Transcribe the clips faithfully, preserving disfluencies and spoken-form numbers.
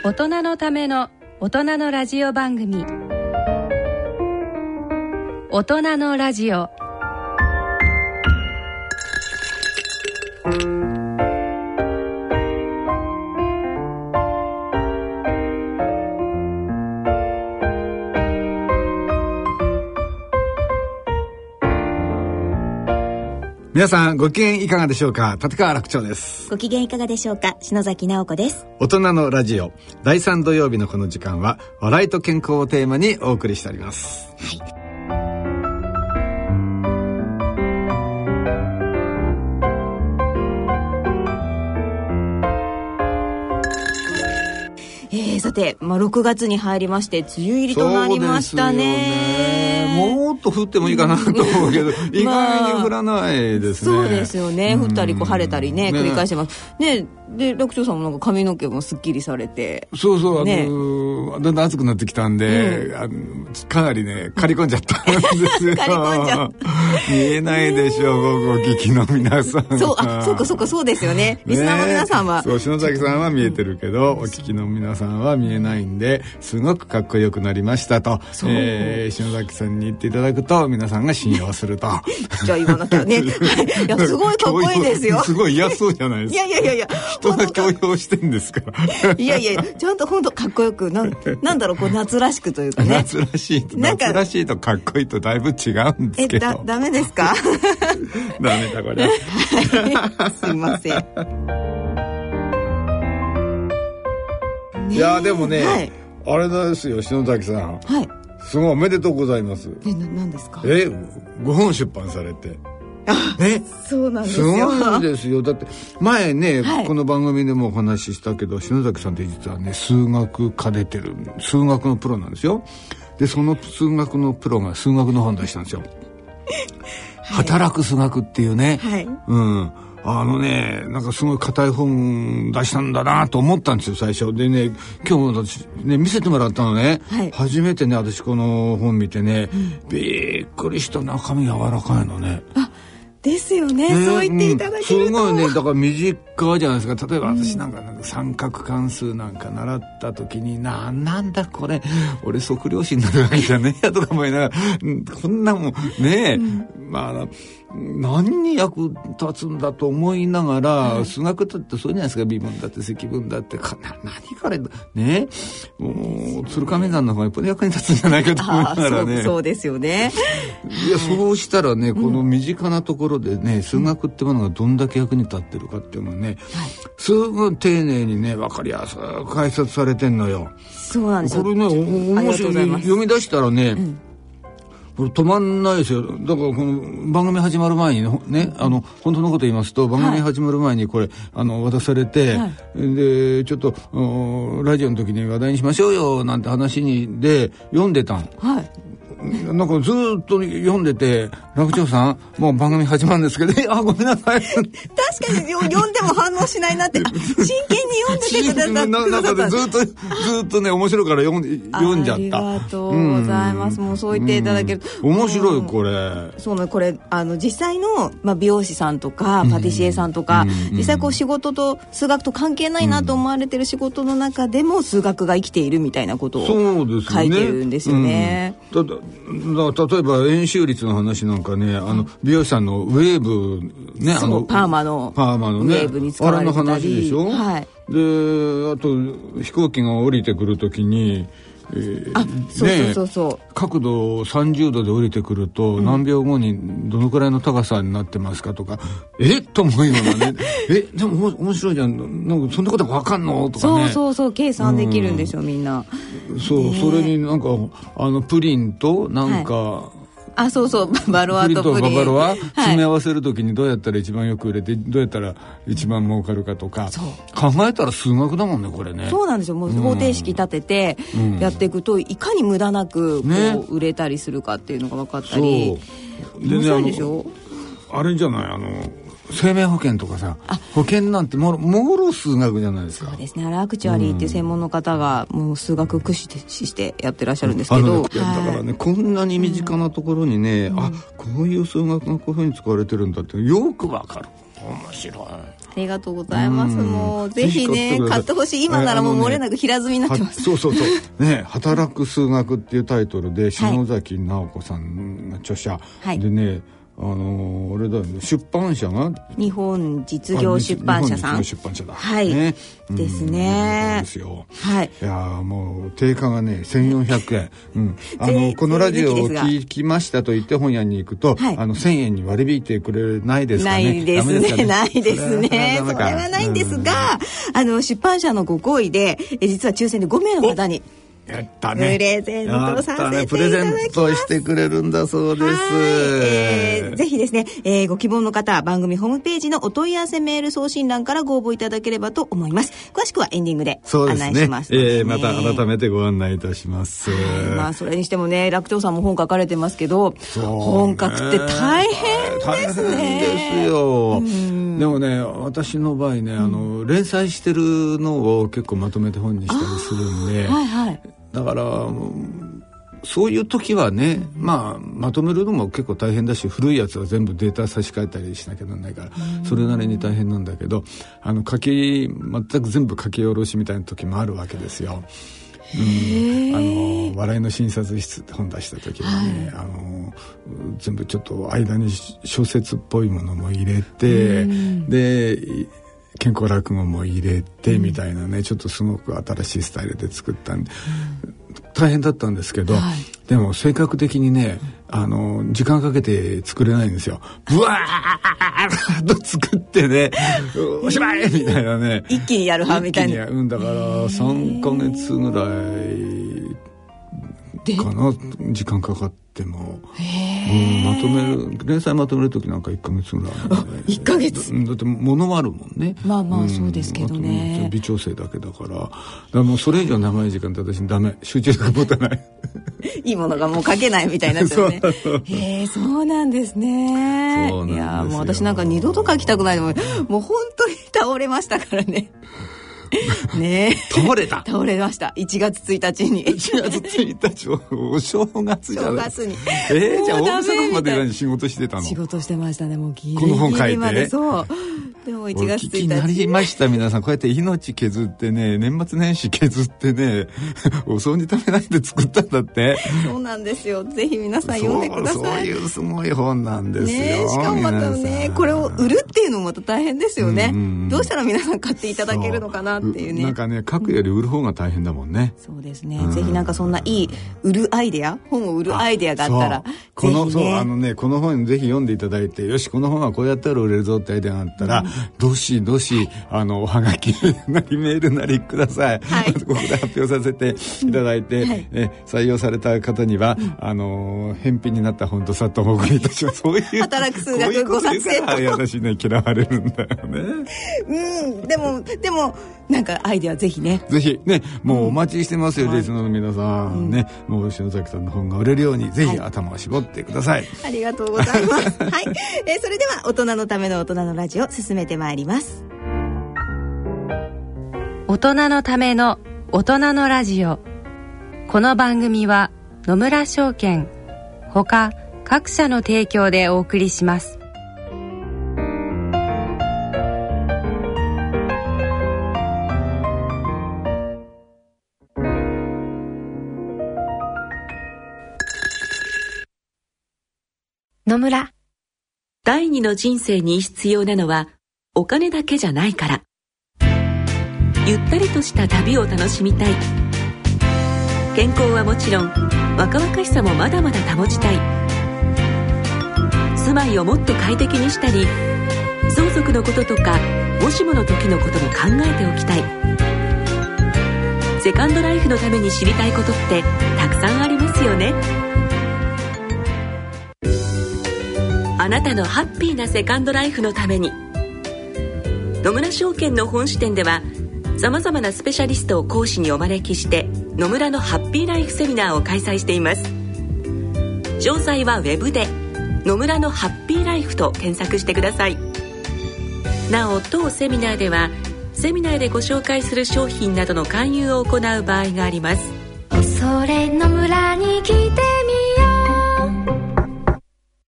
大人のための大人のラジオ番組、大人のラジオ。 皆さんご機嫌いかがでしょうか。立川楽長です。 ご機嫌いかがでしょうか。篠崎直子です。 大人のラジオだいさん土曜日のこの時間は笑いと健康をテーマにお送りしております。はい。 えー、さて、まあ、ろくがつに入りまして梅雨入りとなりましたね。 もっと降ってもいいかなと思うけど、意外に降らないですね。 そうですよね。降ったりこう晴れたりね、繰り返してますね。で、楽長さんもなんか髪の毛もすっきりされて、 そうそう、 ね、 あのだんだん暑くなってきたんで、うん、あのかなりね刈り込んじゃったんですよ。刈り込んじゃった見えないでしょう、ご聞きの皆さん。 そう、あ、そうかそうか、そうですよね。リスナーの皆さんは、 そう、篠崎さんは見えてるけど、うん、お聞きの皆さんは見えないんで、すごくかっこよくなりましたと、えー、篠崎さんに言っていただくと皆さんが信用すると。 じゃあ言わなきゃね。いや、すごいかっこいいですよ。 すごい嫌そうじゃないですか。 いやいやいやいや、 人が強要してんですから。 いやいや、ちゃんと本当かっこよく、なん、なんだろう、こう夏らしくというかね。 夏らしいと、夏らしいとかっこいいとだいぶ違うんですけど。 え、だ、ダメですか？ ダメだこれ。 すいません。 いやでもね、 はい、 あれですよ、篠崎さん。 はい。 すごいおめでとうございます。 え、な、なんですか？ え、ごほん出版されて。 え、そうなんですよ。 すごいですよ。だって前ね、 はい、 この番組でもお話ししたけど、篠崎さんって実はね、数学科出てる、数学のプロなんですよ。で、その数学のプロが数学の本出したんですよ。はい、働く数学っていうね。 はい。 うん。あのね、なんかすごい硬い本出したんだなと思ったんですよ、最初。でね、今日私ね、見せてもらったのね。はい、初めてね、私この本見てね、うん、びっくりした。中身柔らかいのね。 あ、ですよね。ね、そう言っていただけると、 うん、すごいね。だから身近じゃないですか。例えば私なんか、なんか三角関数なんか習った時に、な、なんだこれ、俺測量士になるわけじゃねえやとか思いながら、こんなもんね、うん、まあ何に役立つんだと思いながら、はい、数学だってそうじゃないですか。微分だって積分だってかな、何これね、もう鶴亀山の方がやっぱり役に立つんじゃないかと思いながらね。 そう、そうですよね。 いや、そうしたらね、この身近なところでね、うん、数学ってものがどんだけ役に立ってるかっていうのはね、はい、すごい丁寧にね、分かりやすく解説されてんのよ。 そうなんですよ。 これね、面白い。読み出したらね、うん、これ止まんないですよ。だからこの番組始まる前にね、あの本当のこと言いますと、番組始まる前にこれ、はい、あの渡されて、はい、でちょっとラジオの時に話題にしましょうよなんて話にで読んでたん。はい。なんかずっと読んでて、楽長さんもう番組始まるんですけど、あ、ごめんなさい。確かに読んでも反応しないなって、真剣に読んでてくださったななんかずっとずっとね面白いから読ん読んじゃった。 ありがとうございます。うもうそう言っていただける。 面白いこれ。 そうね、これあの実際のまあ美容師さんとかパティシエさんとか、実際こう仕事と数学と関係ないなと思われてる仕事の中でも数学が生きているみたいなことを書いてるんですよね。 ただだ例えば円周率の話なんかね、あの美容師さんのウェーブね、あのパーマのパーマのね、 ウェーブに使われてたり、 あれの話でしょ。 はい。 で、あと飛行機が降りてくるときに、えー、 あ、そうそうそうそう、 ね、角度さんじゅうどで降りてくると何秒後にどのくらいの高さになってますかとか、うん、えっと思うようなねえ、でも面白いじゃん、なんかそんなこと分かんのとかね。 そうそうそう、計算できるんですよ、うん、みんな。 そう、ね、それになんかあのプリンとなんか、はい、 あ、そうそう、バロアとプリン。プリンとバロア、 詰め合わせるときにどうやったら一番よく売れて、どうやったら一番儲かるかとか、考えたら数学だもんね、これね。 そうなんですよ。もう方程式立ててやっていくと、うん、いかに無駄なくこう、ね、売れたりするかっていうのが分かったり。そう。面白いでしょ。 あれじゃない、あの生命保険とかさ、保険なんてもろもろ数学じゃないですか。 そうですね、あれアクチュアリーっていう専門の方がもう数学駆使してやってらっしゃるんですけど、うん、 だからね、こんなに身近なところにね、うん、あ、こういう数学がこういうふうに使われてるんだってよくわかる。面白い。 ありがとうございます。もうぜひね、買ってほしい。今ならもう漏れなく平積みになってます。 そうそうそうね、働く数学っていうタイトルで篠崎直子さんが著者、はい、でね、あのー、あれだよね、出版社が日本実業出版社さん。 日本実業出版社だ。 はい。ね、ですね。 ですよ。 はい。 いやもう定価がねせんよんひゃくえん。うん。あのこのラジオを聞きましたと言って本屋に行くと、はい、あのせんえんに割り引いてくれないですかね。 ないですね。ですねないですね。それはないんですが、うん、あの出版社のご厚意でえ実は抽選でごめいの方に。 やったね、 プレゼントさせていただきます。 プレゼントしてくれるんだそうです。 えー、ぜひですね、えー、ご希望の方は番組ホームページのお問い合わせメール送信欄からご応募いただければと思います。詳しくはエンディングで案内しますので、ね。 えー、また改めてご案内いたします。 まあそれにしてもね、楽天さんも本書かれてますけど、本書くって大変ですね。 大変ですよ。でもね、私の場合ね、あの連載してるのを結構まとめて本にしたりするんで、はいはい、だからそういう時はね、まあまとめるのも結構大変だし、古いやつは全部データ差し替えたりしなきゃならないから、それなりに大変なんだけど、あの書き全く全部書き下ろしみたいな時もあるわけですよ。うん、あの笑いの診察室って本出した時はね、はい、あの全部ちょっと間に小説っぽいものも入れて、で健康落語も入れてみたいなね、ちょっとすごく新しいスタイルで作ったんで、大変だったんですけど、はい、でも性格的にね、あの時間かけて作れないんですよ。ブワーッと作ってね、おしまいみたいなね、 一気にやる派みたいな。 一気にやるんだからさんかげつぐらいかな、時間かかっても、うん、まとめる連載まとめる時なんかいっかげつぐらい、ね、 いっかげつだ, だって物はあるもんね。 まあまあそうですけどね、 うん、微調整だけだからだからもうそれ以上長い時間って私ダメ、集中力持たないいいものがもう書けないみたいになっちゃうね。へえ、そうなんですね。いやもう私なんか二度と書きたくないのももう本当に倒れましたからねねえ、 倒れた倒れました。いちがつついたちにいちがつついたちお正月じゃない。 正月にえー、じゃあ大晦日まで何仕事してたの？ 仕事してましたね。もうギリギリこの本書いて。 そうでもいちがつついたちお聞きになりました。皆さんこうやって命削ってね、年末年始削ってねお雑煮食べないで作ったんだって。 そうなんですよ。ぜひ皆さん読んでください。 そう、そういうすごい本なんですよ、 ね、しかもまたねこれを売るっていうのもまた大変ですよね、うんうん、どうしたら皆さん買っていただけるのかなっていうね。 なんかね、書くより売る方が大変だもんね。 そうですね、うん、ぜひなんかそんないい売るアイデア、本を売るアイデアがあったらこの、ね、そうあのね、この本ぜひ読んでいただいて、よしこの本はこうやったら売れるぞってアイデアがあったら、うん、どしどしあのおはがきなりメールなりください、はい、ここで発表させていただいて、うんはい、え採用された方には、うん、あの返品になった本とさっとお送りいたします。そういう働く数学ごさつせいと私ね嫌われるんだよねうんでもでもなんかアイデアぜひねぜひね、もうお待ちしてますよ、リスナーの皆さん、うん、ね、もう篠崎さんの本が売れるようにぜひ頭を絞ってください、はい、 ありがとうございます、はい、えー、それでは大人のための大人のラジオ進めてまいります。 大人のための大人のラジオ。この番組は野村証券ほか各社の提供でお送りします。 野村、第二の人生に必要なのはお金だけじゃないから。ゆったりとした旅を楽しみたい。健康はもちろん若々しさもまだまだ保ちたい。住まいをもっと快適にしたり、相続のこととかもしもの時のことも考えておきたい。セカンドライフのために知りたいことってたくさんありますよね。あなたのハッピーなセカンドライフのために、野村証券の本支店ではさまざまなスペシャリストを講師にお招きして野村のハッピーライフセミナーを開催しています。詳細はウェブで野村のハッピーライフと検索してください。なお当セミナーではセミナーでご紹介する商品などの勧誘を行う場合があります。 それ野村に来てみよう。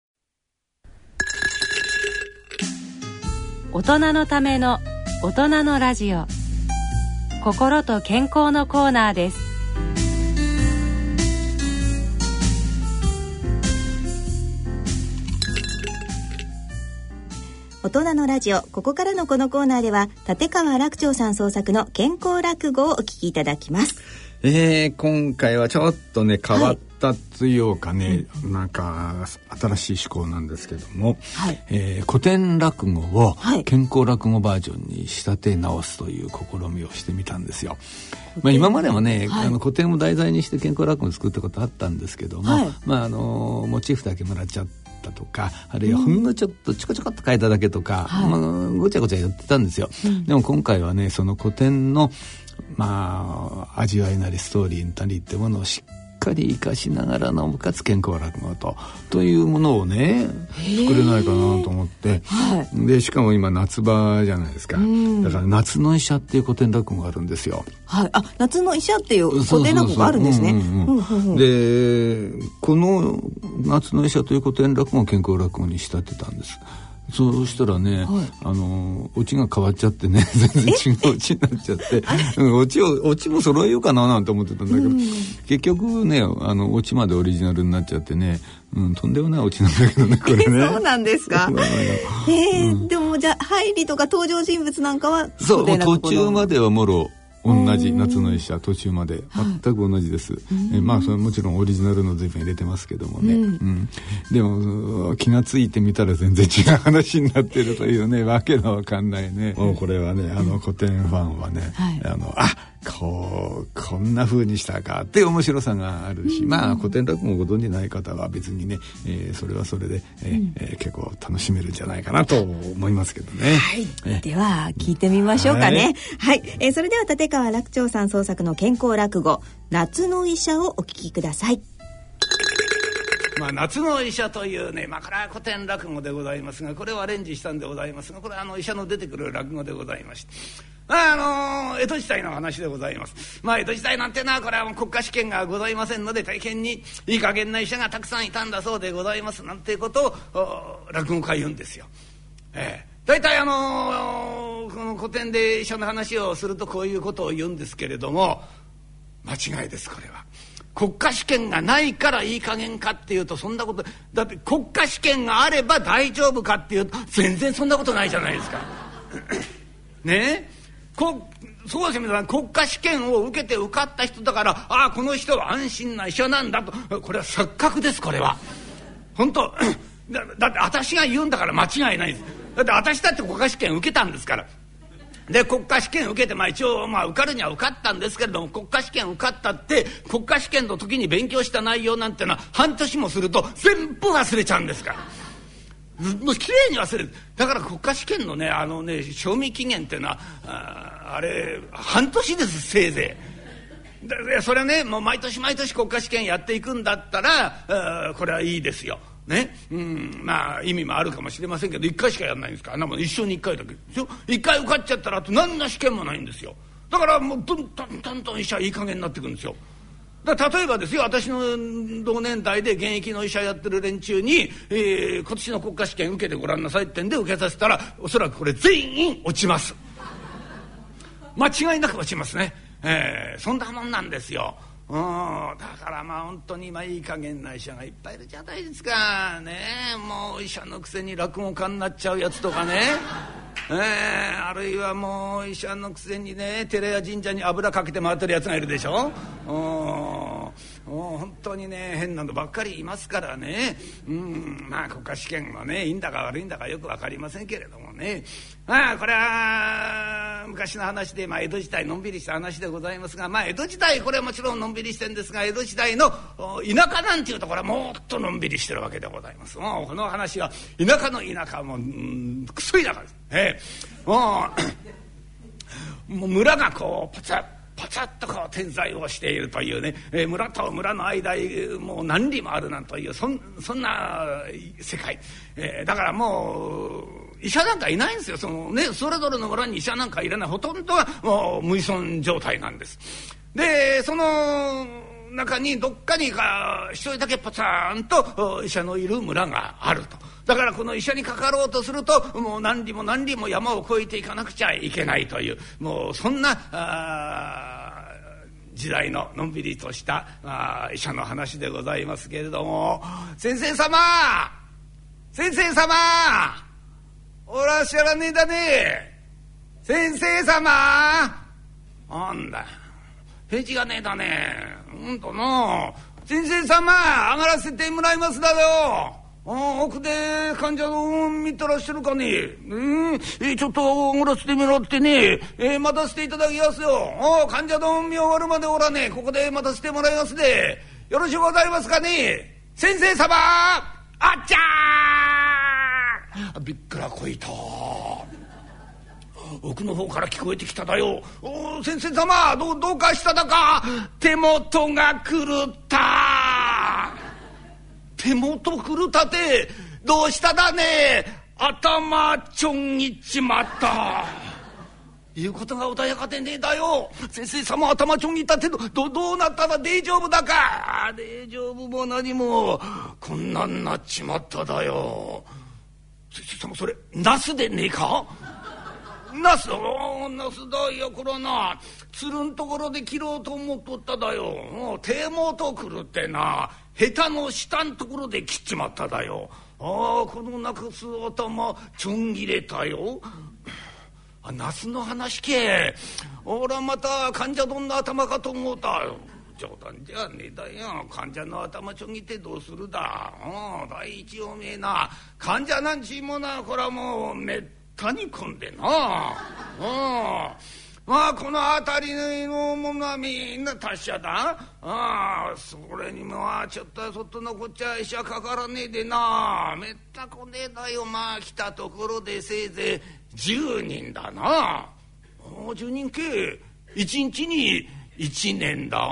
大人のための大人のラジオ、心と健康のコーナーです。 大人のラジオ、ここからのこのコーナーでは立川楽長さん創作の健康落語をお聞きいただきます。 えー、今回はちょっとね変わったというかね、はい、なんか新しい趣向なんですけども、はい、えー、古典落語を健康落語バージョンに仕立て直すという試みをしてみたんですよ。まあ、今までもね、はい、あの古典を題材にして健康落語を作ったことあったんですけども、はい、まああのモチーフだけもらっちゃったとか、あるいはほんのちょっとちょこちょこっと変えただけとか、うん、まあ、ごちゃごちゃやってたんですよ、うん、でも今回はねその古典のまあ味わいなりストーリーなりってものをしっかり生かしながらのかつ健康落語とというものをね作れないかなと思って、はい、でしかも今夏場じゃないですか、うん、だから夏の医者っていう古典落語があるんですよ。はい、 あ、夏の医者っていう古典落語があるんですね。 でこの夏の医者という古典落語を健康落語に仕立てたんです。そうしたらね、はい、あのオチが変わっちゃってね全然違うオチになっちゃってオチをオチも揃えようかななんて思ってたんだけど、うん、結局ねあのオチまでオリジナルになっちゃってね、うん、とんでもないオチなんだけどねこれねそうなんですかえーうん、でもじゃあ入りとか登場人物なんかはそう途中まではもろ同じ夏の医者途中まで全く同じです、はい、えまあそれもちろんオリジナルの随分入れてますけどもね、うんうん、でも気がついてみたら全然違う話になってるというねわけのわかんないね、もうこれはねあの古典ファンはね、はい、あのあこうこんな風にしたかっていう面白さがあるし、うん、まあ古典落語をご存じない方は別にね、えー、それはそれで、えーうんえー、結構楽しめるんじゃないかなと思いますけどね。 はい、えでは聞いてみましょうかね。はい、はい、えー、それでは立川楽長さん創作の健康落語夏の医者をお聞きください。 まあ、夏の医者というね、まあ、これは古典落語でございますが、これをアレンジしたんでございますが、これはあの医者の出てくる落語でございまして、まあ、あの江戸時代の話でございます。まあ江戸時代なんてのはこれはもう国家試験がございませんので、大変にいい加減な医者がたくさんいたんだそうでございますなんていうことを落語家言うんですよ。ええ、大体あのこの古典で医者の話をするとこういうことを言うんですけれども、間違いです。これは国家試験がないからいい加減かっていうとそんなことだって、国家試験があれば大丈夫かっていうと全然そんなことないじゃないですかねえ、こそうですよ皆さん、国家試験を受けて受かった人だから、ああこの人は安心な医者なんだと、これは錯覚です。これは本当だ, だって私が言うんだから間違いないです。だって私だって国家試験受けたんですから。で国家試験受けて、まあ、一応、まあ、受かるには受かったんですけれども、国家試験受かったって国家試験の時に勉強した内容なんてのは半年もすると全部忘れちゃうんですから、もうきれいに忘れる。だから国家試験のねあのね賞味期限っていうのは あ, あれ半年です、せいぜい。でそれはねもう毎年毎年国家試験やっていくんだったらこれはいいですよね、うん、まあ意味もあるかもしれませんけど、いっかいしかやらないんですから、一生にいっかいだけですよ。いっかい受かっちゃったらあと何の試験もないんですよ。だからもうどんどんどんどん医者いい加減になっていくんですよ。だから例えばですよ、私の同年代で現役の医者やってる連中に、えー、今年の国家試験受けてごらんなさいってんで受けさせたら、おそらくこれ全員落ちます。間違いなく落ちますね、えー、そんなもんなんですよ。うん、だからまあ本当にまあいい加減な医者がいっぱいいるじゃないですかね。もう医者のくせに落語家になっちゃうやつとかね、えー、あるいはもう医者のくせにね寺や神社に油かけて回ってるやつがいるでしょ。もう本当にね変なのばっかりいますからね、うん、まあ国家試験もねいいんだか悪いんだかよく分かりませんけれどもね、まあこれは昔の話で、まあ、江戸時代のんびりした話でございますが、まあ江戸時代これはもちろんのんびりしてるんですが、江戸時代の田舎なんていうところはもっとのんびりしてるわけでございます。もうこの話は田舎の田舎はもう、うん、くそ田舎です、ええ、もうもう村がこうポツッポツちゃっとこう点在をしているというね、えー、村と村の間もう何里もあるなんというそ ん, そんな世界、えー、だからもう医者なんかいないんですよ。その、ね、それぞれの村に医者なんかいらない。ほとんどはもう無依存状態なんです。でその中にどっかにか一人だけポツンと医者のいる村があると。だからこの医者にかかろうとするともう何里も何里も山を越えていかなくちゃいけないという、もうそんな時代ののんびりとした医者の話でございますけれども、先生様先生様おらっしゃらねえだね。先生様なんだ返事がねえだね。ほんとな先生様上がらせてもらいますだよ。奥で患者を見てらっしゃるかね。うん、えちょっとおらせてもらってね、えー、待たせていただきますよ。患者の見終わるまでおらねここで待たせてもらいますでよろしゅうございますかね。先生様あっちゃーびっくらこいた。奥の方から聞こえてきただよ。お先生様 ど, どうかしただか。手元が狂った。手元狂ったってどうしただね。頭ちょんぎちまった。いうことが穏やかでねえだよ。先生様頭ちょんぎったって ど, ど, どうなったら大丈夫だか。大丈夫も何もこんなんなっちまっただよ。先生様それナスでねえか。ナスナスだよ。これはなつるんところで切ろうと思っとっただよ。手元狂ってな下手の下んところで切っちまっただよ。ああこのなくす頭ちょん切れたよ。あナスの話け。おらまた患者どんな頭かと思うたよ。冗談じゃねえだよ。患者の頭ちょんぎってどうするだ。第一おめえな患者なんちもなこれはもうめったに混んでな。まあこの辺りのものはみんな達者だ。ああそれにもちょっとそっとのこっちゃ医者かからねえでなめったこねえだよ。まあ来たところでせいぜいじゅうにんだな。じゅうにんけいちにちにいちねんだ。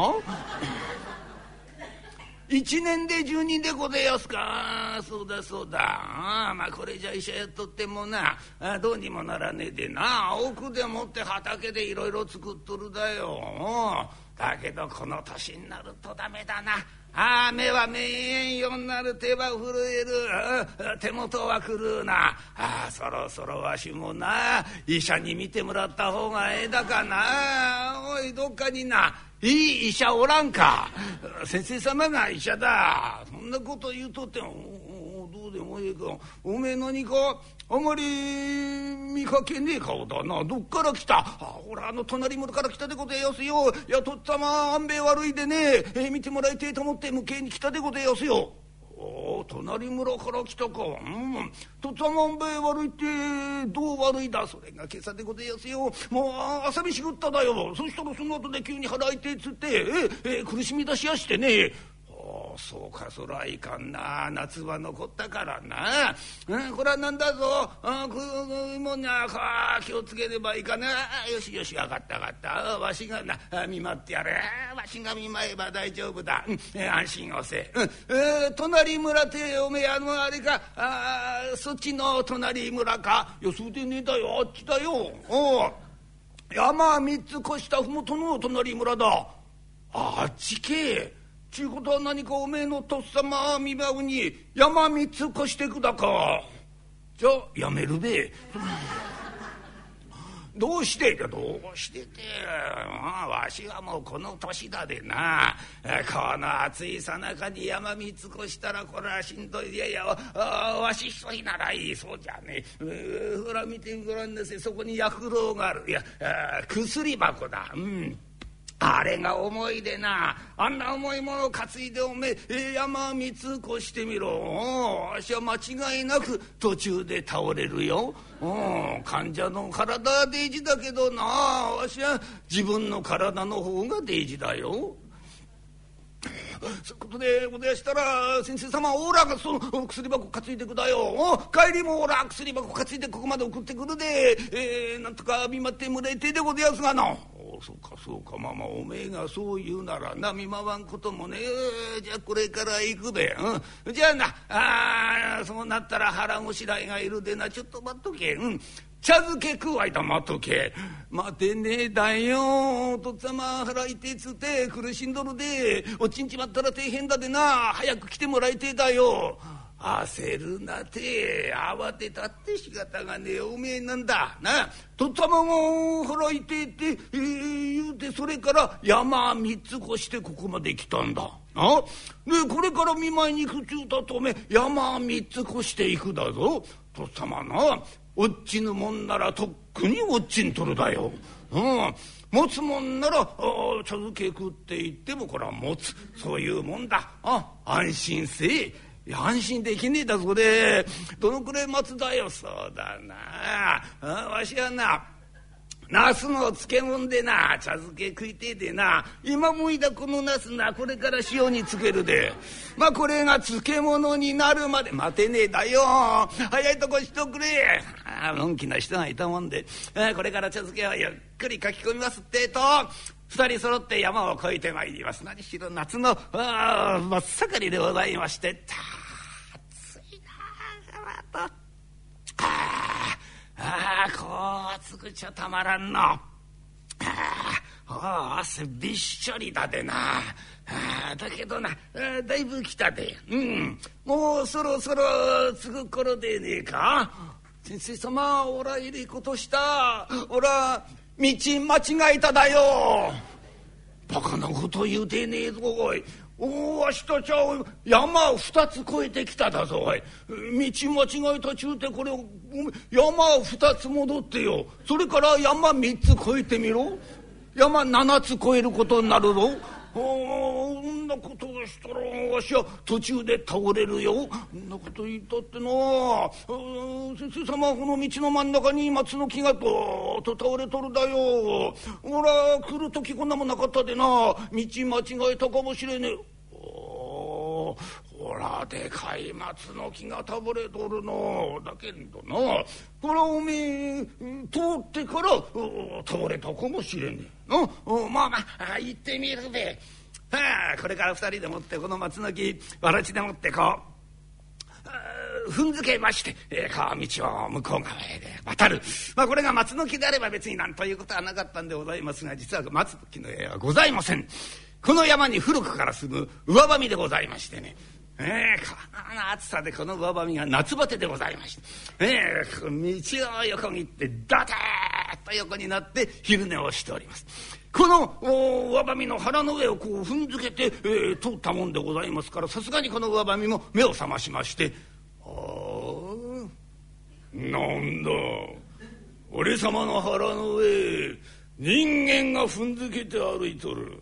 いちねんでじゅうにんでございますか。そうだそうだ。あまあこれじゃ医者やっとってもなどうにもならねえでな奥でもって畑でいろいろ作っとるだよ。だけどこの年になるとダメだな。ああ目は見えんようになる。手は震える。手元は狂うな。ああそろそろわしもな医者に見てもらった方がええだかな。おいどっかにないい医者おらんか。先生様が医者だ。そんなこと言うとってもどうでもいいか。おめえ何かあまり見かけねえ顔だな。どっから来た。あほらあの隣村から来たでございますよ。いやとっつぁま安兵衛悪いでね、えー、見てもらいてえと思って向けに来たでございますよ。お隣村から来たか。うんとっつぁま安兵衛悪いってどう悪いだ。それが今朝でございますよ。もう朝飯食っただよ。そしたらその後で急に腹痛いっつって、えーえー、苦しみ出しやしてね。そうかそらいかんな。夏は残ったからな、うん、これはなんだぞ。あこういうもんにゃ気をつければいいかな。よしよし分かった分かった。わしがな見舞ってやれ。わしが見舞えば大丈夫だ、うん、安心をせ、うんえー、隣村っておめえあのあれかあそっちの隣村か。いやそうでねえだよあっちだよ。お山三つ越した麓の隣村だ。あっちけ。ちゅうことは何かおめえのとっさま見舞うに山三つ越してくだか。じゃあやめるべ。どうしてどうしてて、まあ、わしはもうこの年だでなこの暑いさなかに山三つ越したらこれはしんどい。いやいやわし一人ならいい。そうじゃねえほら見てごらんなさい。そこに薬蝋がある。いや薬箱だ。うんあれが重いでな。あんな重いものを担いでおめえ山三つ越してみろ。わしは間違いなく途中で倒れるよ。患者の体は大事だけどなわしは自分の体の方が大事だよ。そういうことでございましたら先生様オーラがその薬箱担いでくだよ。帰りもオーラ薬箱担いでここまで送ってくるで、えー、なんとか見舞ってもらいてえでございますがな。 そうかそうか、まあまあおめえがそう言うならな、見回んこともね。じゃあこれから行くべ。うん、じゃあな、あそうなったら腹ごしらえがいるでな、ちょっと待っとけ。うん、茶漬け食う間待っとけ。待てねえだよ、お父っつぁま腹痛えつって苦しんどるで、おちんちまったら大変だでな、早く来てもらいてえだよ。焦るなて、慌てたって仕方がねえ。おめえなんだな、とっつぁまが腹痛えって、えー、言うて、それから山三つ越してここまで来たんだな。でこれから見舞いに行くちゅうたと、おめえ山三つ越して行くだぞ。とっつぁまな、落ちぬもんならとっくに落ちんとるだよ。うん、持つもんなら茶漬け食って言ってもこれは持つ、そういうもんだ。あ、安心せえ。いや安心できねえだそれ。どのくらい待つだよ。そうだなあ、わしはなナスの漬物でな茶漬け食いてえでな、今もいだこのナスな、これから塩につけるで、まあこれが漬物になるまで待てねえだよ。早いとこしとくれ。ああ、のんきな人がいたもんで、あこれから茶漬けはゆっくり書き込みますってと、二人揃って山を越えてまいります。何しろ夏の真っ盛りでございまして、た暑いなあと。ああこう暑くちゃたまらんの。ああ汗びっしょりだでな。あだけどな、だいぶ来たで、うん、もうそろそろ着く頃でねえか。先生様、おらいりことした。おら道間違えただよ。バカなこと言うてねえぞおい。おわしたちゃ山二つ越えてきただぞおい。道間違えたちゅうて、これ山二つ戻ってよ、それから山三つ越えてみろ。山七つ越えることになるぞ。そんなことをしたらわしは途中で倒れるよ。そんなこと言ったってな、先生様、この道の真ん中に松の木がどーっと倒れとるだよ。ほら来る時こんなもんなかったでな、道間違えたかもしれねえ。おほらでかい松の木が倒れとるのだけどな、これおめえ通ってから倒れたかもしれねえな。まあまあ行ってみるべ。はあ、これから二人でもってこの松の木わらちでもってこう踏んづけまして、えー、川道を向こう側へで渡る。まあこれが松の木であれば別になんということはなかったんでございますが、実は松の木の絵はございません。この山に古くから住む上ばみでございましてね、えー、この暑さでこの上ばみが夏バテでございまして、えー、道を横切ってダテーッと横になって昼寝をしております。この上ばみの腹の上をこう踏んづけて、えー、通ったもんでございますから、さすがにこの上ばみも目を覚ましまして、ああなんだ俺様の腹の上人間が踏んづけて歩いとる。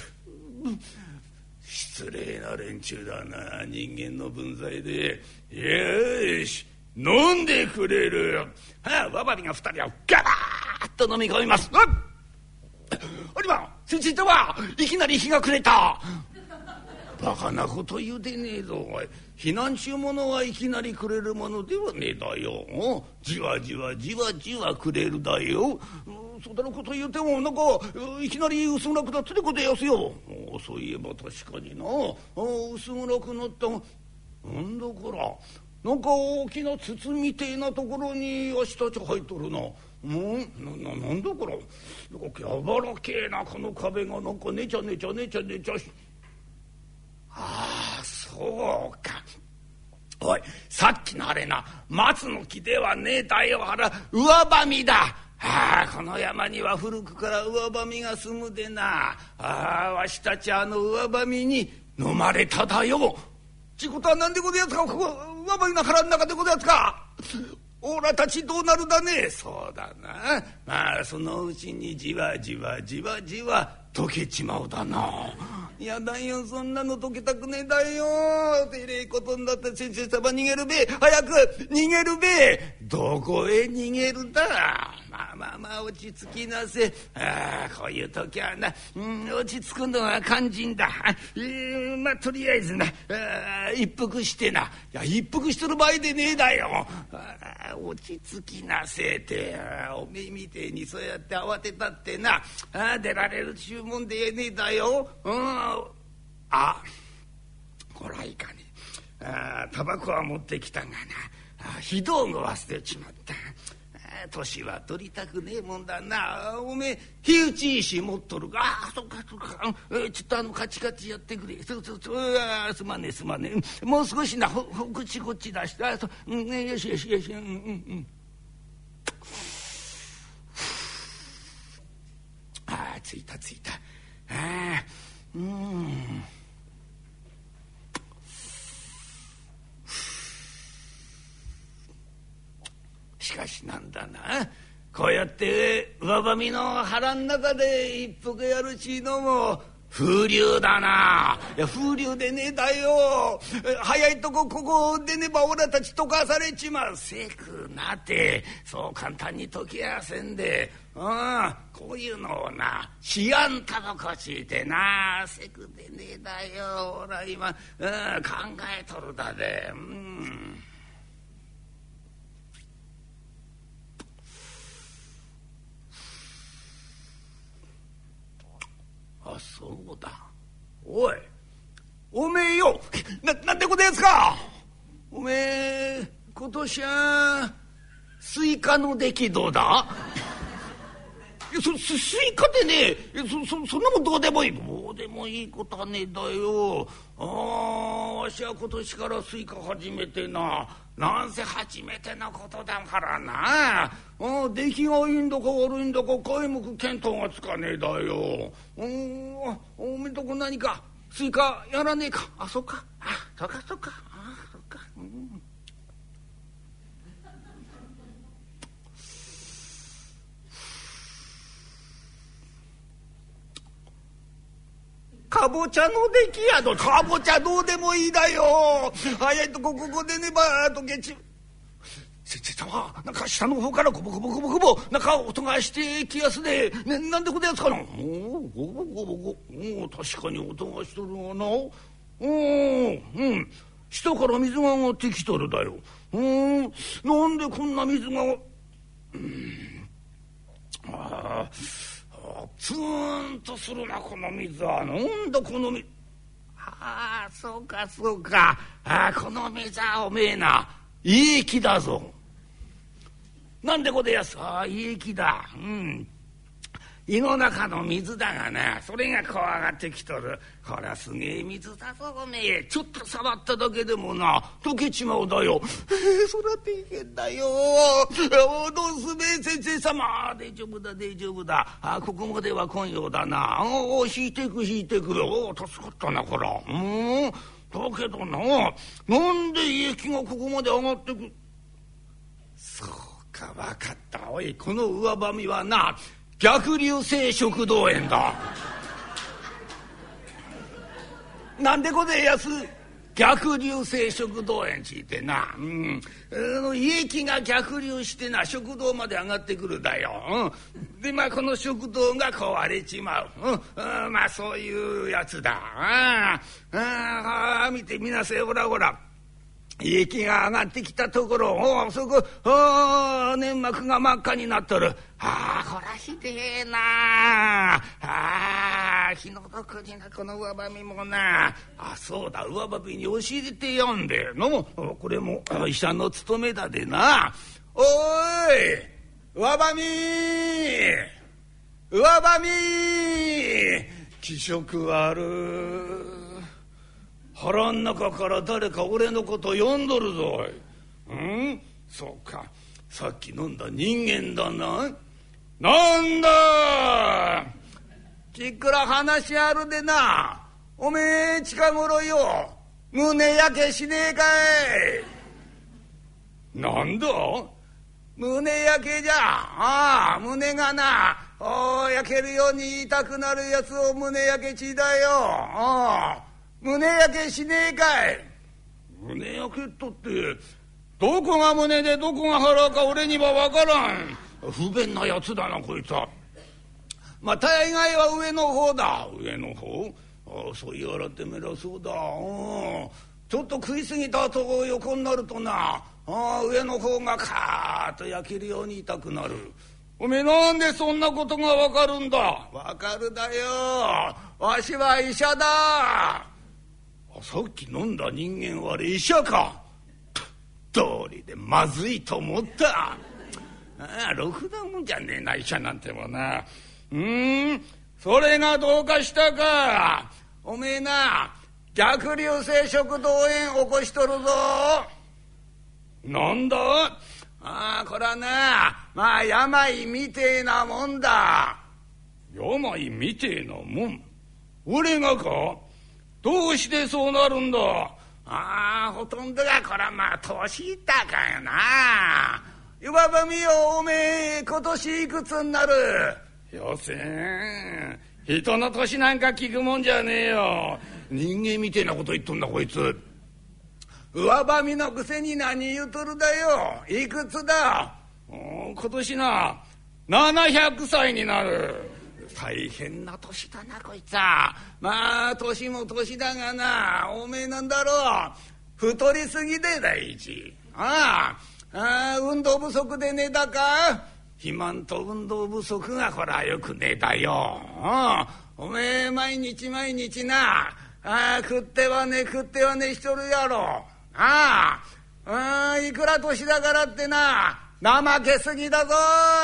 失礼な連中だな、人間の分際で。よし飲んでくれる。はあ、わばびが二人はガバーッと飲み込みます。あっありま先生とはいきなり日が暮れた。バカなこと言うてねえぞおい。避難中ものはいきなりくれるものではねえだよ。じわじわじわじわくれるだよ。そんなこと言うてもなんかいきなり薄暗くなっててことやすよ。そういえば確かにな、薄暗くなったなんだからなんか大きな筒みてえなところに足たち入っとるな。もう な, な, なんだからなんかやばらけえなこの壁がなんかねちゃねちゃねちゃねちゃし。ああそうか。おいさっきのあれな松の木ではねえだよ、あら上ばみだ。ああこの山には古くから上ばみが住むでな。ああわしたちあの上ばみに飲まれただよ。ちことは何でございますか、ここ上ばみの腹の中でございますか。オラたちどうなるだね。そうだな、まあそのうちにじわじわじわじわ溶けちまうだな。いやだよ、そんなの溶けたくねえだよ。てれえことになって先生様逃げるべ、早く逃げるべ。どこへ逃げるだ。まあまあまあ落ち着きなせ。ああこういう時はな、うん、落ち着くのは肝心だ。えー、まあとりあえずな、あ一服してな。いや一服してる場合でねえだよ。あ落ち着きなせって、おめえみてえにそうやって慌てたってな、あ出られる注文でねえだよ。うんあこらいかねえ。あタバコは持ってきたがな、あ火道具忘れちまった。年は取りたくねえもんだな。おめえ火打ち石持っとるか。あそっかそっか、えちょっとあのカチカチやってくれ。そうそうそう、あすまねえすまねえ。もう少しなほほこっちこっち出して。あそう、うん、よしよしよし、うんうんうん。ああついたついた。ああうんしかしなんだな、こうやって上ばみの腹ん中で一服やるちのも風流だな。いや風流でねえだよ。早いとこここでねばオラたち溶かされちまう。せくなってそう簡単に溶けやせんで、うん、こういうのをなシアンタバコちいてな、せくでねえだよ。オラ今、うん、考えとるだで。うんあそうだ。おいおめえよ、ななんてことやつか。おめえ今年はスイカの出来どうだ。そススイカでねそそそんなもんどうでもいい。どうでもいいことはねえだよ。ああわしは今年からスイカ始めてな、なんせ初めてのことだからな。あ出来がいいんだか悪いんだか皆目見当がつかねえだよ。うんおめんとこ何かスイカやらねえか。あそっか、あそっかそっか、あそっか、うんかぼちゃの出来やど。かぼちゃどうでもいいだよ。早いとこここでねばとけち先生様、なんか下の方からゴボゴボゴボゴボなんか音がしてきやすで、ね、なんでこでやつかな。おおゴボゴボゴお確かに音がしとるわな。おうん下から水が上がってきとるだよ。うんなんでこんな水が、うん、ああツーンとするなこの水は。なんだこの水。ああそうかそうか、あこの水はおめえな胃液だぞ。なんでこでやす。あ胃液だ。うん胃の中の水だがな、それがこう上がってきとる。これはすげえ水だぞおめえ。ちょっと触っただけでもな溶けちまうだよ。えー、そりゃ大変だよ。どうすべ先生様。大丈夫だ大丈夫だ。あここまでは今夜だな。お引いてく引いてく。お助かったなこら。うんだけどな、なんで胃液がここまで上がってく。そうか分かった。おいこの上ばみはな逆流性食道炎だ。なんでこでやす逆流性食道炎ちいてな、うん、胃液が逆流してな食道まで上がってくるだよ、うん、でまあこの食道が壊れちまう、うんうん、まあそういうやつだ。あああ見てみなせほらほら胃液が上がってきたところ、おそこお粘膜が真っ赤になっとる。ああこらひでえな。ああ気の毒になこの上ばみもな。あそうだ上ばみに教えてやんでのこれも医者の務めだでな。おい上ばみ上ばみ気色悪。腹ん中から誰か俺のこと呼んどるぞ。うんそうかさっき飲んだ人間だな。なんだちっくら話あるでな。おめえ近頃よ胸焼けしねえかい。なんだ胸焼けじゃ。ああ胸がなお焼けるように痛くなるやつを胸焼けちだよ。あ胸焼けしねえかい。胸焼けったってどこが胸でどこが腹か俺には分からん。不便なやつだなこいつは。まあ大概は上の方だ。上の方。あそう言われてみりゃそうだ。ちょっと食い過ぎた後横になるとなあ上の方がカーッと焼けるように痛くなる。おめえなんでそんなことが分かるんだ。分かるだよ。わしは医者だ。さっき飲んだ人間は医者か。道理でまずいと思った。ああろくなもんじゃねえな医者なんてもな。うーんそれがどうかしたか。おめえな逆流性食道炎起こしとるぞ。なんだ。ああこれはなまあ病みてえなもんだ。病みてえなもん。俺がか。どうしてそうなるんだ。ああほとんどがこれはまあ年いったかよな。いわばみよおめえ今年いくつになる。よせん人の年なんか聞くもんじゃねえよ。人間みてえなこと言っとんだこいつ。上ばみのくせに何言うとるだよ。いくつだ。今年なななひゃくさいになる。大変な年だなこいつは。まあ年も年だがなおめえなんだろう太りすぎで第一。ああああ運動不足でねだか。肥満と運動不足がこらよくねえだよ。おめえ毎日毎日なあ食ってはね食ってはねしとるやろ。あああいくら年だからってな怠けすぎだぞ。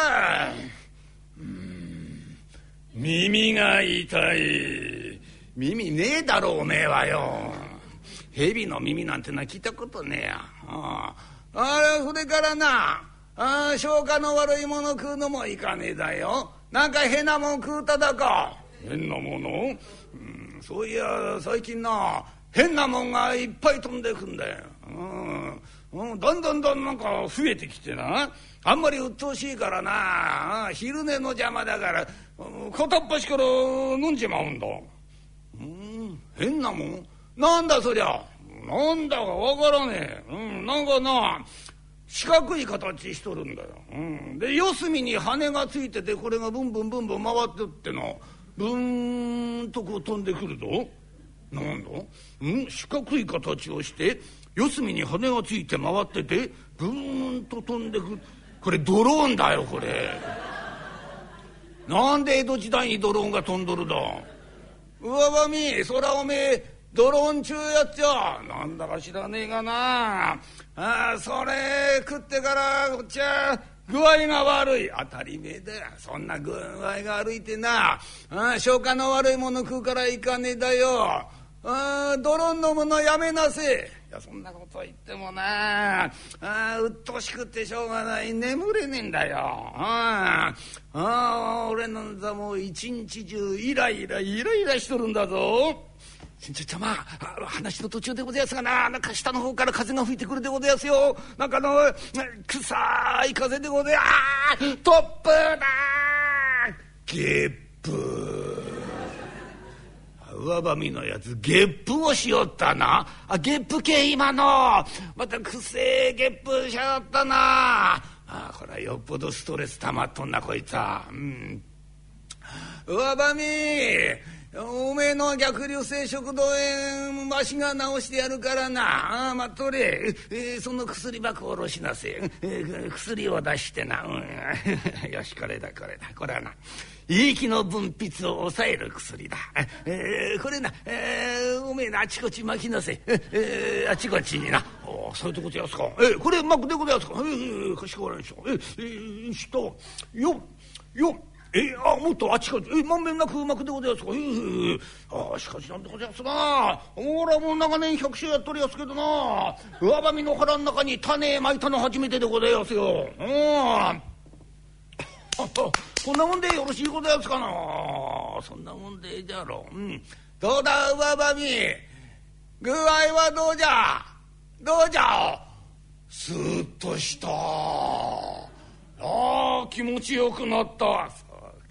うん耳が痛い。耳ねえだろおめえはよ。蛇の耳なんてのは聞いたことねえや。ああれそれからなあ消化の悪いもの食うのもいかねえだよ。なんか変なもん食うただか。変なもの、うん、そういや最近な変なもんがいっぱい飛んでくんだよ。うんうん、だんだんだんなんか増えてきてなあんまり鬱陶しいからな昼寝の邪魔だから片っ端から飲んじまうんだ。うん変なもんなんだそりゃ。なんだかわからねえ。うんなんかな四角い形しとるんだよ。うん、で四隅に羽がついててこれがブンブンブンブン回ってってのブーンとこう飛んでくるぞ。なんだ、うん、四角い形をして四隅に羽がついて回っててブーンと飛んでくる。これドローンだよこれ。なんで江戸時代にドローンが飛んどるだ。うわばみそらおめえドローン中やっちゃなんだか知らねえがなあ。それ食ってからこっちは具合が悪い。当たり前だよそんな具合が悪いってなあ消化の悪いもの食うからいかねえだよ。あドローン飲むのやめなせ。いやそんなこと言ってもなあうっとうしくってしょうがない。眠れねえんだよ。ああ俺なんざもう一日中イライライライラしとるんだぞ。ちょちょまあ話の途中でございますがななんか下の方から風が吹いてくるでございますよ。なんかあの臭い風でございます。トップだゲップ。上ばみのやつゲップをしよったなあ。ゲップ系今のまたくせえゲップしやがったなあ。これはよっぽどストレス溜まっとんなこいつは。うん上ばみおめえの逆流性食道炎わしが治してやるからな。あまっとれ、えー、その薬箱おろしなせ、えー、薬を出してな、うん、よしこれだこれだこれはないい気の分泌を抑える薬だ、えー、これな、えー、おめえなあちこち巻きなせ、えー、あちこちにな。おそういうとこでやすか。えー、これ巻くでございますか。えー、かしこまりました。えー、えー、したよっよっえー、あもっとあちこちえまんべんなくうまくでございますか。えー、あしかしなんでございますな。ほらもう長年百姓やっとりやすけどな上ばみの腹の中に種まいたの初めてでございますよ。うんこんなもんでよろしいございますかな。そんなもんでええじゃろう。うん、どうだ上ばみ具合はどうじゃどうじゃ。スーッとした。ああ気持ちよくなった。そう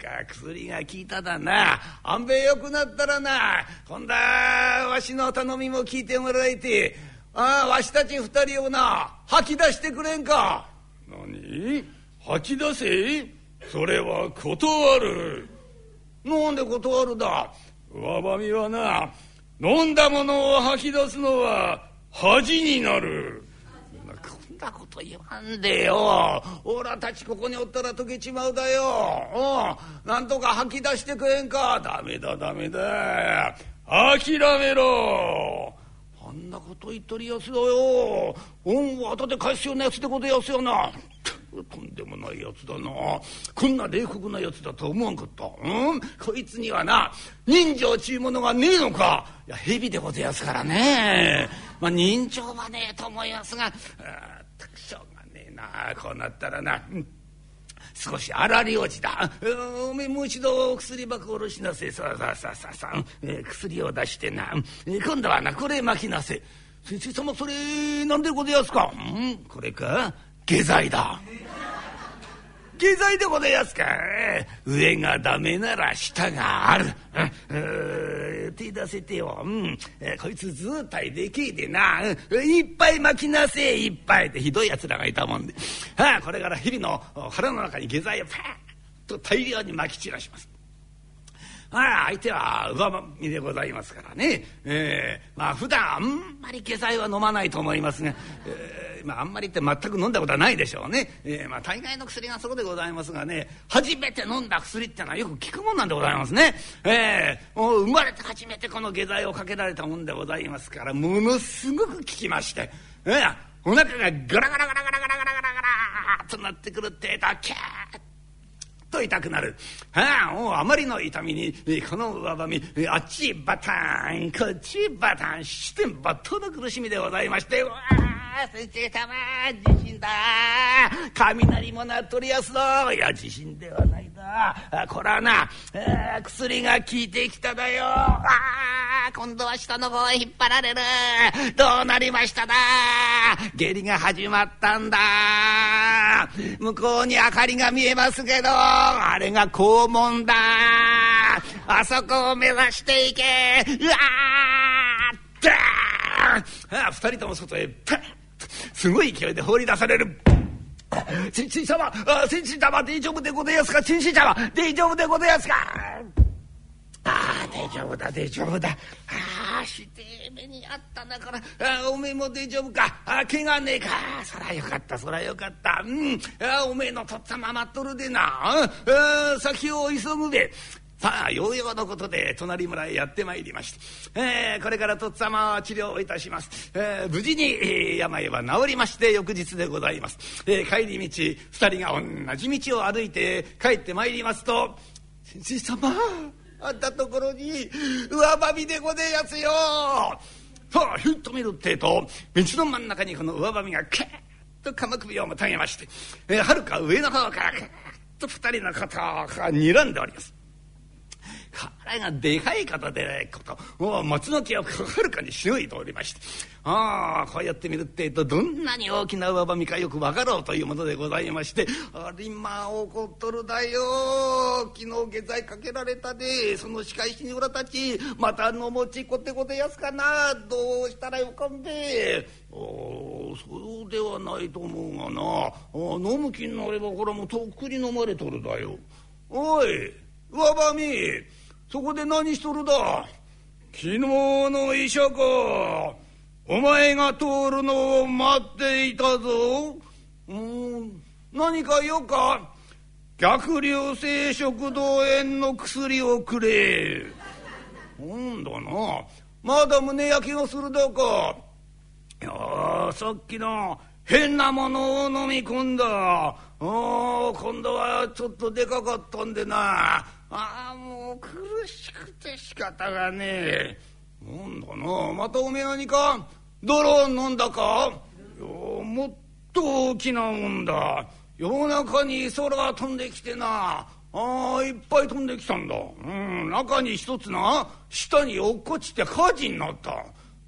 か薬が効いただな。あんべよくなったらな、今度はわしの頼みも聞いてもらいて、ああわしたち二人をな吐き出してくれんか。 何？吐き出せ？それは断る。 なんで断るだ？ 上ばみはな、飲んだものを吐き出すのは恥になる。 こんなこと言わんでよ。おらたちここにおったら溶けちまうだよ。うん、なんとか吐き出してくれんか。 ダメだダメだ、諦めろ。 あんなこと言っとるやつだよ。恩を後で返すようなやつでございますよな。とんでもないやつだな。こんな冷酷なやつだと思わんかった。うん、こいつにはな人情ちゅうものがねえのか。いや蛇でございますからね。まあ人情はねえと思いますが、たくしょうがねえな。こうなったらな、うん、少し荒療治だ。おめえもう一度薬箱下ろしなせ。さあさあさあさあさあ、えー、薬を出してな、えー、今度はなこれ巻きなせ。先生様それなんでございますか。うん、これか下剤だ。下剤でございますか。上がダメなら下がある。うん、手出せてよ。うん、えー、こいつ図体でけえでな、うん、いっぱい巻きなせいっぱいってひどいやつらがいたもんで、はあ、これから蛇の腹の中に下剤をパーッと大量に巻き散らします。ああ、相手は上ばみでございますからね、えー、まあ普段あんまり下剤は飲まないと思いますが、えー、まああんまりって全く飲んだことはないでしょうね。えー、まあ大概の薬がそうでございますがね、初めて飲んだ薬ってのはよく効くもんなんでございますね。えー、もう生まれて初めてこの下剤をかけられたもんでございますから、ものすごく効きまして、えー、お腹がガラガラガラガラガラガラガラガラとなってくるってえとキャーッと痛くなる。はあ、もうあまりの痛みにこの上ばみあっちバタンこっちバタンしてんばっとの苦しみでございまして、うわあ先生様地震だ。雷も鳴っとりやすぞ。いや地震ではないだ。これはな薬が効いてきただよ。あ今度は下の方へ引っ張られる。どうなりましただ。下痢が始まったんだ。向こうに明かりが見えますけど、あれが肛門だ。あそこを目指していけ。うわーああ二人とも外へパッすごい勢いで放り出される。先生様、先生様大丈夫でございますか。先生様大丈夫でございますか。ああ大丈夫だ大丈夫だ。ああして目にあったんだから、あおめえも大丈夫か。あ怪我ねえか。そらよかったそらよかった。うんあおめえのとっつぁま待っとるでな。あ先を急ぐべ。さあようようのことで隣村へやってまいりまして、えー、これからとっつぁまは治療をいたします。えー、無事に、えー、病は治りまして翌日でございます。えー、帰り道二人が同じ道を歩いて帰ってまいりますと、先生様あったところに上ばみでございますよ。さあひっと見るってえと道の真ん中にこの上ばみがキャーッと鎌首をもたげまして、えー、はるか上の方からキャーッと二人の肩が睨んでおります。これがでかい方でこともう松の木をはるかにしのいておりまして、ああこうやって見るってえとどんなに大きな上ばみかよく分かろうというものでございまして、あれまあ怒っとるだよ。昨日下剤かけられたで、その仕返しにおらたちまたのもちこてこてやすかな。どうしたらよかんべ。あそうではないと思うがな。あ飲む気になればこれもとっくに飲まれとるだよ。おい上ばみそこで何しとるだ。昨日の医者か。お前が通るのを待っていたぞ。うん何か用か。逆流性食道炎の薬をくれ。なんだなまだ胸焼けがするだか。いやさっきの変なものを飲み込んだ。お今度はちょっとでかかったんでな。ああもう苦しくて仕方がねえ。なんだなまたおめえ何か泥を飲んだか。いやもっと大きなもんだ。夜中に空が飛んできてな。ああいっぱい飛んできたんだ。うん中に一つな下に落っこちて火事になった。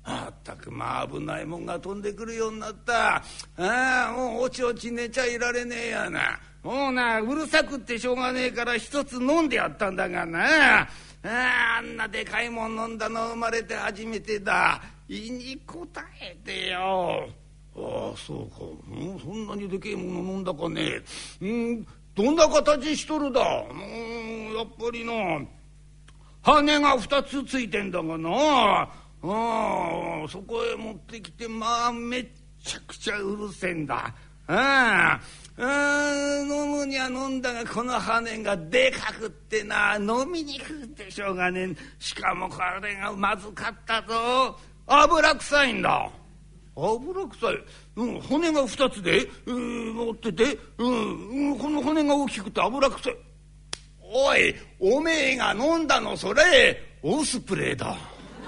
まったくまあ危ないもんが飛んでくるようになった。ああもうおちおち寝ちゃいられねえやな。もうなうるさくってしょうがねえから一つ飲んでやったんだがな。あああんなでかいもん飲んだの生まれて初めてだ。胃に応えてよ。ああそうか、うん、そんなにでけえもの飲んだかね。うんどんな形しとるだ。うんやっぱりな羽が二つついてんだがな。ああそこへ持ってきてまあめっちゃくちゃうるせえんだ。ああ飲むには飲んだがこの羽がでかくってな飲みにくくってしょうがねえ。しかもこれがまずかったぞ。油臭いんだ。油臭い、うん、骨が二つで、うん、持ってて、うんうん、この骨が大きくて油臭い。おいおめえが飲んだのそれオスプレーだ。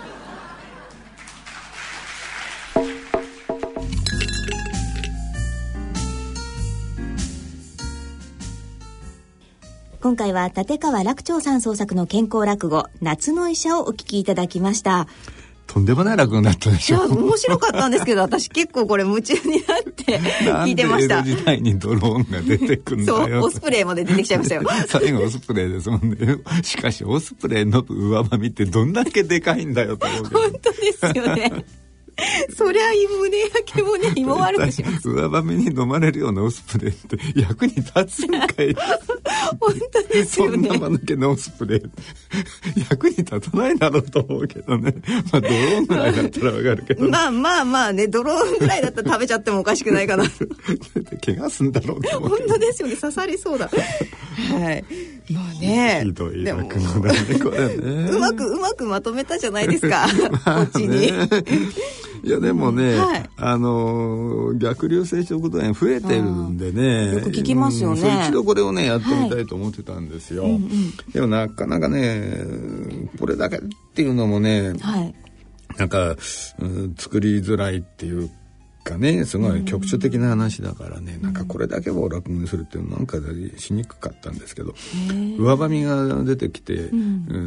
今回は立川楽長さん創作の健康落語夏の医者をお聞きいただきました。 とんでもない落語になったでしょ。 いや面白かったんですけど私結構これ夢中になって聞いてました。 なんで江戸時代にドローンが出てくるんだよ。 そうオスプレイまで出てきちゃいましたよ。 最後オスプレイですもんね。しかしオスプレイの上ばみってどんだけでかいんだよと思うけど。 本当ですよね。そりゃ胸焼けもね芋悪くします。 上ばみに飲まれるようなオスプレイって役に立つんかい。 本当ですよね。 そんな間抜けなオスプレイ役に立たないだろうと思うけどね。まあドローンぐらいだったらわかるけど、ね、 まあまあまあねドローンぐらいだったら食べちゃってもおかしくないかな。 怪我すんだろうと思う。 本当ですよね刺さりそうだ。はいまあねひどい落語だねこれね。 うまくうまくまとめたじゃないですか。こっちに。 いやでもね、 うんはい、あの逆流性食道炎増えてるんでね、 よく聞きますよね、 うん、一度これをねやってみたいと思ってたんですよ、はいうんうん、でもなかなかねこれだけっていうのもね、はい、なんか、うん、作りづらいっていうかねすごい局所的な話だからね、うん、なんかこれだけを落語にするっていうのなんかしにくかったんですけど、上ばみが出てきて、うん、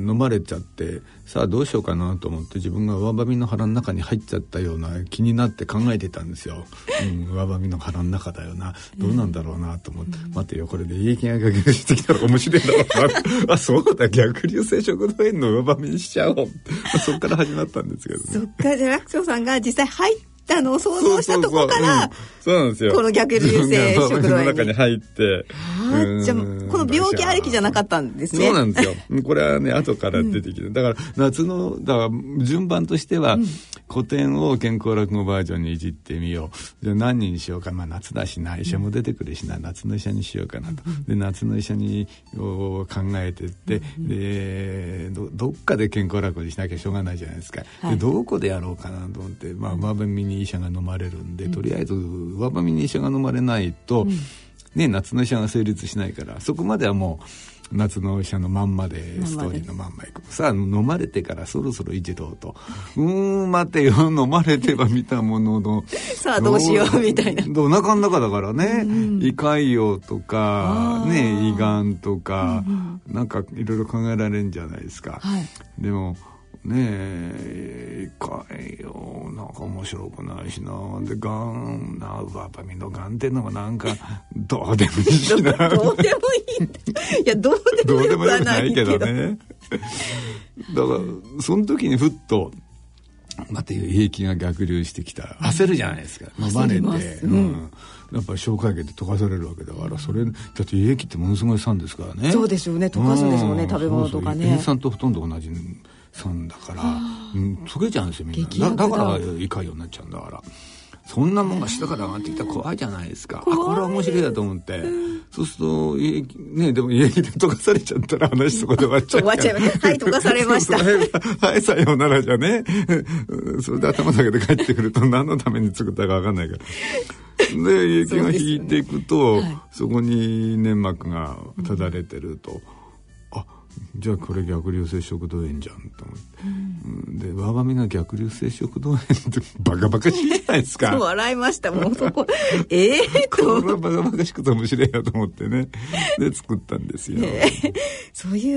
飲まれちゃってさあどうしようかなと思って自分が上ばみの腹の中に入っちゃったような気になって考えてたんですよ、うん、上ばみの腹の中だよなどうなんだろうなと思って、うん、待てよこれで胃液が逆流してきたら面白いだろうなあそうだ逆流性食道炎の上ばみにしちゃおうそっから始まったんですけど、ね、 そっかじゃあ楽長さんが実際入ってあの想像したところからそうなんですよこの逆流性食道炎の中に入ってじゃあこの病気ありきじゃなかったんですね。 そうなんですよこれはね後から出てきて、うん、だから夏のだから順番としては、うん、古典を健康落語バージョンにいじってみようじゃあ何人にしようかまあ夏だしな医者も出てくるしな、うん、夏の医者にしようかなとで夏の医者にを考えてって、うん、で ど, どっかで健康落語にしなきゃしょうがないじゃないですか、はい、でどこでやろうかなと思ってまあ上ばみに医者が飲まれるんで、うん、とりあえず上ばみに医者が飲まれないと、うんね、夏の医者が成立しないからそこまではもう夏の医者のまんまでストーリーのまんまいくさあ飲まれてからそろそろいじろうとうーん待てよ飲まれては見たもののさあどうしようみたいなお腹の中だからね、うん、胃潰瘍とか、ね、胃がんとか、うんうん、なんかいろいろ考えられるんじゃないですか、はい、でもねえかいよなんか面白くないしなでがんな上ばみのがんってのがなんかどうでもいいしなどうでもいいいやどうでもよくはないけどねだからその時にふっとまた胃液が逆流してきたら焦るじゃないですか、うん、飲まれて、うんうん、やっぱり消化液で溶かされるわけだからそれだって胃液ってものすごい酸ですからね。 そうですよね溶かすんですもんね、うん、食べ物とかね塩酸とほとんど同じ酸だから、うん、溶けちゃうんですよみんな だ, だから胃潰瘍になっちゃうんだからそんなもんが下から上がってきたら怖いじゃないですか。あこれは面白いだと思って、うん、そうすると胃ねでも胃液で溶かされちゃったら話そこで終わっちゃう終わっちゃいますはい溶かされましたはいさようならじゃねそれで頭だけで帰ってくると何のために作ったか分かんないからで胃液が引いていくと そ,、ねはい、そこに粘膜がただれてると、うんじゃあこれ逆流性食道炎じゃんと思って、うん、で上ばみが逆流性食道炎ってバカバカしいじゃないですかそう笑いましたもうそこええー、 これはバカバカしくて面白いよと思ってねで作ったんですよ、 えー、そういう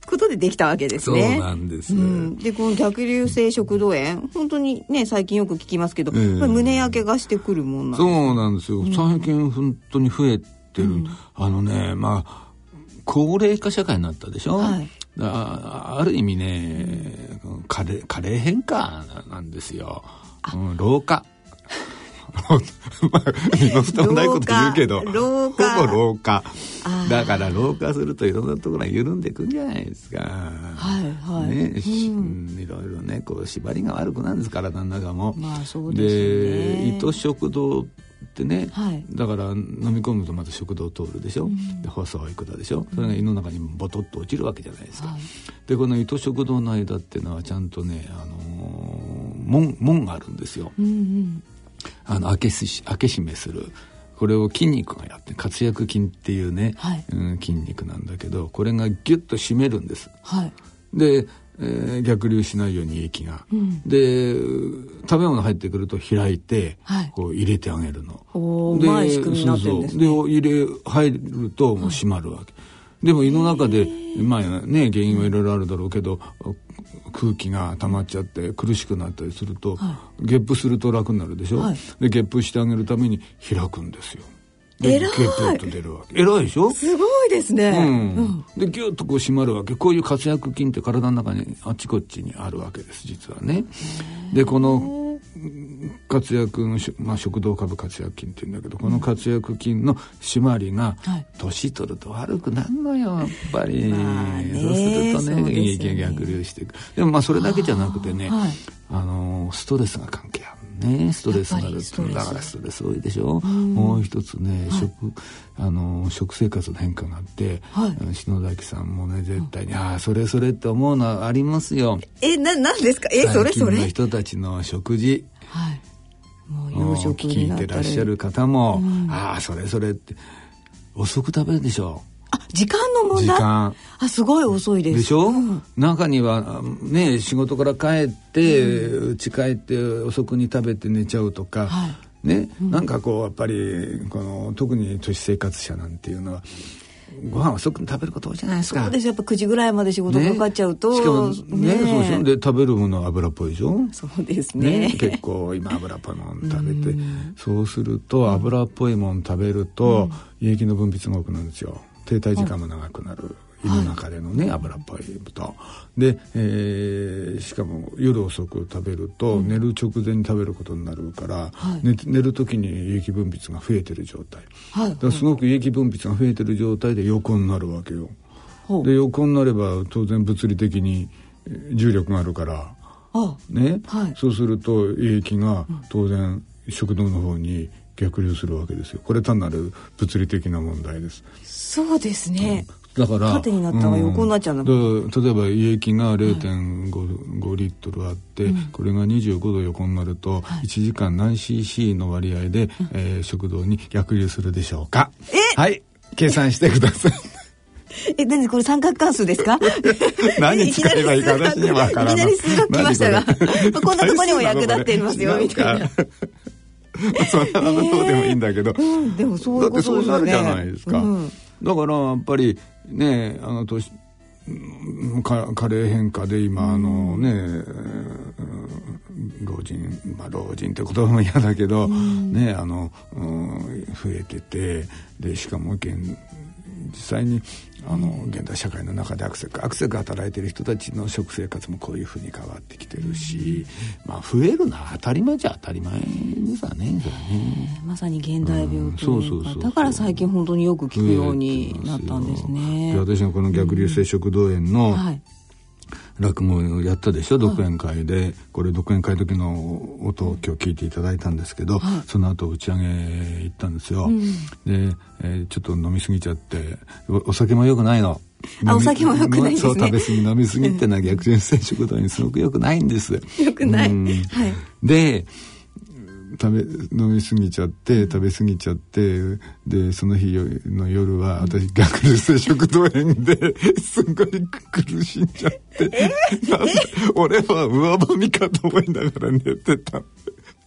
ことでできたわけですね。 そうなんです、うん、 でこの逆流性食道炎本当にね最近よく聞きますけど、えー、胸焼けがしてくるもんなんですか？ そうなんですよ、うん、最近本当に増えてる、うん、あのねまあ高齢化社会になったでしょ、はい、あ, ある意味ね加齢加齢変化なんですよ、うん、老化まあ身の蓋もないこと言うけど老化ほぼ老化だから老化するといろんなところが緩んでくるんじゃないですか。 はいはい、 ね、 うん、 いろいろねこう縛りが悪くなるんです体の中も。 まあそうですね。 で糸食道ってね、 はい、 だから飲み込むとまた食道を通るでしょ、うん、で細い管でしょ、それが胃の中にボトッと落ちるわけじゃないですか、はい、でこの糸食道の間っていうのはちゃんとね、あのー、門, 門があるんですよ、 うんうん、 あの開けし開け閉めするこれを筋肉がやって括約筋っていうね、 はいうん、筋肉なんだけどこれがギュッと締めるんです、 はい、 で、えー、逆流しないように液が、 うん、 で食べ物入ってくると開いて、 はい、 こう入れてあげるの。 おー、うまい仕組みになってるんですね。 そうそうで入れ入るともう閉まるわけ、はい、でも胃の中でまあね原因はいろいろあるだろうけど空気が溜まっちゃって苦しくなったりすると、はい、ゲップすると楽になるでしょ、はい、でゲップしてあげるために開くんですよ。で偉いゲップと出るわけ。偉いでしょ。 すごいですね、 うんうん、 でギュッとこう締まるわけ。こういう括約筋って体の中にあっちこっちにあるわけです実はね。でこの括約の、まあ、食道下部括約筋っていうんだけどこの括約筋の締まりが、はい、年取ると悪くなるのよやっぱり、 まあね、 そうするとね胃液が逆流していく。でもまあそれだけじゃなくてね あ,、 はい、 あのストレスが関係あるね。ストレスがあるってだからストレス多いでしょ、うん、もう一つね、はい、食あの食生活の変化があって、はい、篠崎さんもね絶対に、うん、ああそれそれって思うのはありますよ。 えななんですか。えそれそれ最近の人たちの食事、 はい、もう洋食になったり聞いてらっしゃる方も、 うん、 ああそれそれって遅く食べるでしょ。 あ時間の問題。 時間あすごい遅いですでしょ、 うん、 中にはね仕事から帰って家、うん、帰って遅くに食べて寝ちゃうとか、はいねうん、なんかこうやっぱりこの特に都市生活者なんていうのはご飯遅くに食べること多いじゃないですか。 そうですやっぱくじぐらいまで仕事かかっちゃうと、 ね、しかもね、ねそうでしょ。で食べるものは油っぽいでしょ。 そうです ね, ね結構今油っぽいもの食べてうんそうすると油っぽいもの食べると、うん、胃液の分泌が多くなるんですよ。停滞時間も長くなる、胃の中でのね、はい、油っぽいとで、えー、しかも夜遅く食べると、うん、寝る直前に食べることになるから、はい、寝, 寝る時に胃液分泌が増えてる状態、はい、だからすごく胃液分泌が増えてる状態で横になるわけよ、はい、で横になれば当然物理的に重力があるからあね、 はい、 そうすると胃液が当然食道の方に逆流するわけですよ。これ単なる物理的な問題です。 そうですね、 うん、だから縦になったら横になっちゃうの、 うん、例えば胃液が れいてんご、はい、ごリットルあって、うん、これがにじゅうごど横になると、はい、いちじかん何 シーシー の割合で、うんえー、食道に逆流するでしょうか。 えはい計算してくださいえ、何これ三角関数ですか何使えばいいか私には分からない。 いきなり数学来ましたがこんなところにも役立っていますよみたいなそんなことでもいいんだけど、 えーうん、でもそういうことですよね。 だってそうなるじゃないですか、うん、だからやっぱりねあの年加齢変化で今、うん、あのね老人、まあ、老人って言葉も嫌だけど、うん、ねあの、うん、増えててでしかも現実際にあの現代社会の中でアクセクアクセク働いてる人たちの食生活もこういうふうに変わってきてるし、まあ増えるのは当たり前じゃ当たり前ですわね。それねまさに現代病というか、うん、 そうそうそうそうだから最近本当によく聞くようになったんですね。 で私がこの逆流性食道炎の、うんはい落語をやったでしょ独演会で、はい、これ独演会の時の音を今日聞いていただいたんですけど、はい、その後打ち上げ行ったんですよ、うん、で、えー、ちょっと飲みすぎちゃってお, お酒も良くないの。 あお酒も良くないですね。 そう食べ過ぎ飲み過ぎってのは逆流性食道にすごく良くないんです。 良くない、うんはい、 で食べ飲みすぎちゃって食べ過ぎちゃってでその日の夜は私逆流性食道炎ですごい苦しんじゃって、えー、俺は上ばみかと思いながら寝てた。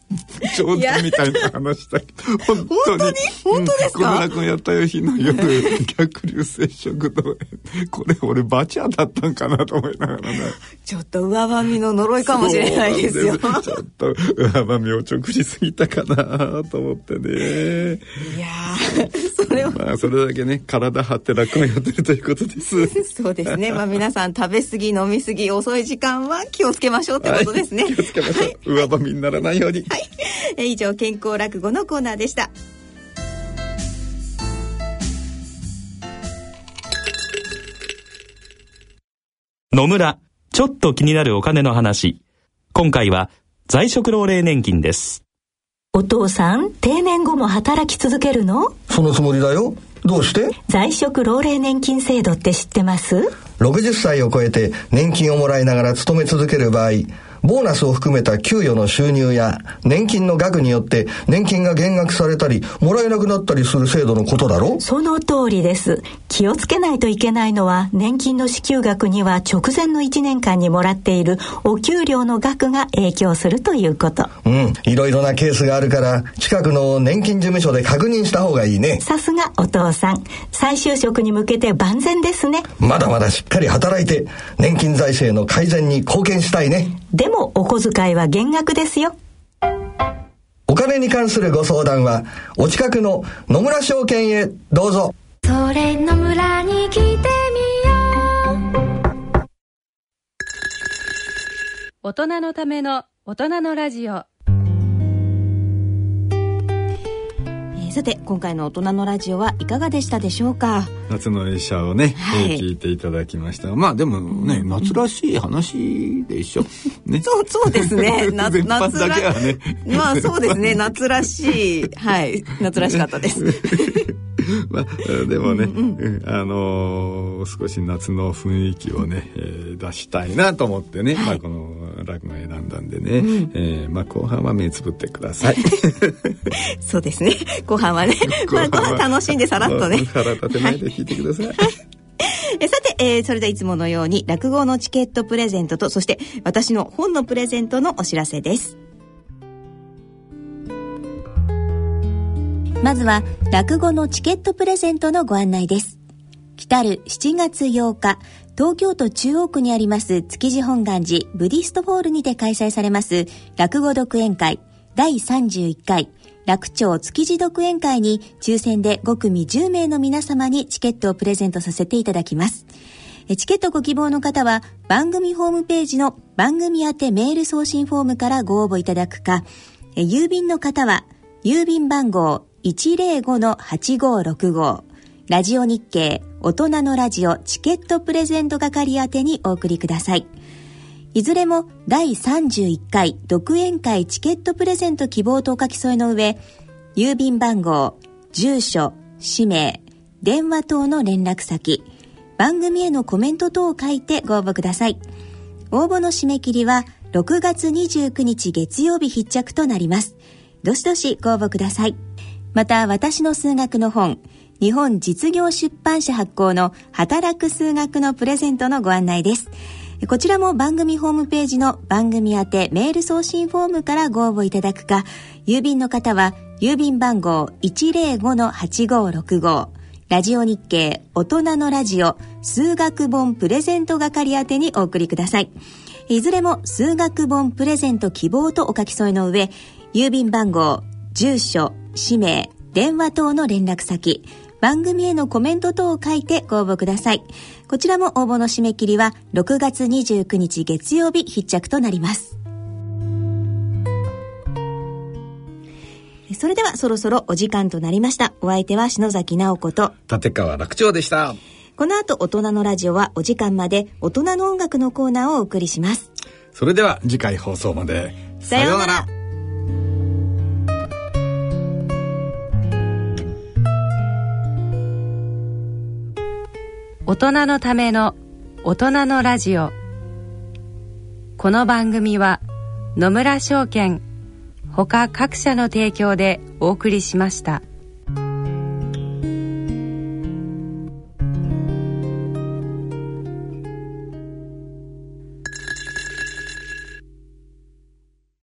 冗談みたいな話だけど本当に本当に本当ですか、 この落語やった日の夜逆流性食道炎これ俺バチ当たったんかなと思いながらねちょっと上ばみの呪いかもしれないですよ。 そうちょっと上ばみを直しすぎたかなと思ってね。 いやそれはまあそれだけね体張って落語やってるということですそうですね、まあ、皆さん食べ過ぎ飲み過ぎ遅い時間は気をつけましょうってことですね、 はい、気をつけましょう、はい、上ばみにならないように、 はい、え以上健康落語のコーナーでした。 野村、ちょっと気になるお金の話。今回は在職老齢年金です。 お父さん、定年後も働き続けるの？ そのつもりだよ。どうして？ 在職老齢年金制度って知ってます？ ろくじゅっさいを超えて年金をもらいながら勤め続ける場合、ボーナスを含めた給与の収入や年金の額によって年金が減額されたりもらえなくなったりする制度のことだろ？ その通りです。気をつけないといけないのは、年金の支給額には直前のいちねんかんにもらっているお給料の額が影響するということ。 うん、いろいろなケースがあるから近くの年金事務所で確認した方がいいね。 さすがお父さん、再就職に向けて万全ですね。 まだまだしっかり働いて年金財政の改善に貢献したいね。 でもお小遣いは減額ですよ。 お金に関するご相談はお近くの野村証券へどうぞ。 それ野村に来てみよう。 大人のための大人のラジオ。 さて今回の大人のラジオはいかがでしたでしょうか。 夏の医者をね、 はい、 えー、聞いていただきました。まあでもね、うん、夏らしい話でしょ、ね、 そうそうですねな全般だけはねまあそうですね夏らしいはい夏らしかったですまあでもね、うんうん、あのー、少し夏の雰囲気をね、えー、出したいなと思ってね、はい、まあこの落語を選んだんでね、うん、えー、まあ後半は目つぶってくださいそうですね、後半はね後半は、まあ、後半楽しんでさらっとね腹立てないで聞いてください、はい、 えさて、えー、それではいつものように落語のチケットプレゼントと、そして私の本のプレゼントのお知らせです。まずは落語のチケットプレゼントのご案内です。来たるしちがつようか、東京都中央区にあります築地本願寺ブディストホールにて開催されます落語独演会だいさんじゅういっかい楽町築地独演会に抽選でごくみじゅうめいの皆様にチケットをプレゼントさせていただきます。チケットご希望の方は番組ホームページの番組宛てメール送信フォームからご応募いただくか、郵便の方は郵便番号 いちぜろごのはちごろくご ラジオ日経大人のラジオチケットプレゼント係宛てにお送りください。いずれもだいさんじゅういっかい独演会チケットプレゼント希望とお書き添えの上、郵便番号、住所、氏名、電話等の連絡先、番組へのコメント等を書いてご応募ください。応募の締め切りはろくがつにじゅうくにち月曜日必着となります。どしどしご応募ください。また私の数学の本、日本実業出版社発行の働く数学のプレゼントのご案内です。こちらも番組ホームページの番組宛てメール送信フォームからご応募いただくか、郵便の方は郵便番号 いちぜろごのはちごろくご ラジオ日経大人のラジオ数学本プレゼント係宛てにお送りください。いずれも数学本プレゼント希望とお書き添えの上、郵便番号、住所、氏名、電話等の連絡先、番組へのコメント等を書いてご応募ください。こちらも応募の締め切りはろくがつにじゅうくにち月曜日必着となります。それではそろそろお時間となりました。お相手は篠崎直子と立川楽長でした。 この後大人のラジオはお時間まで大人の音楽のコーナーをお送りします。 それでは次回放送までさようなら。 大人のための大人のラジオ。この番組は野村証券ほか各社の提供でお送りしました。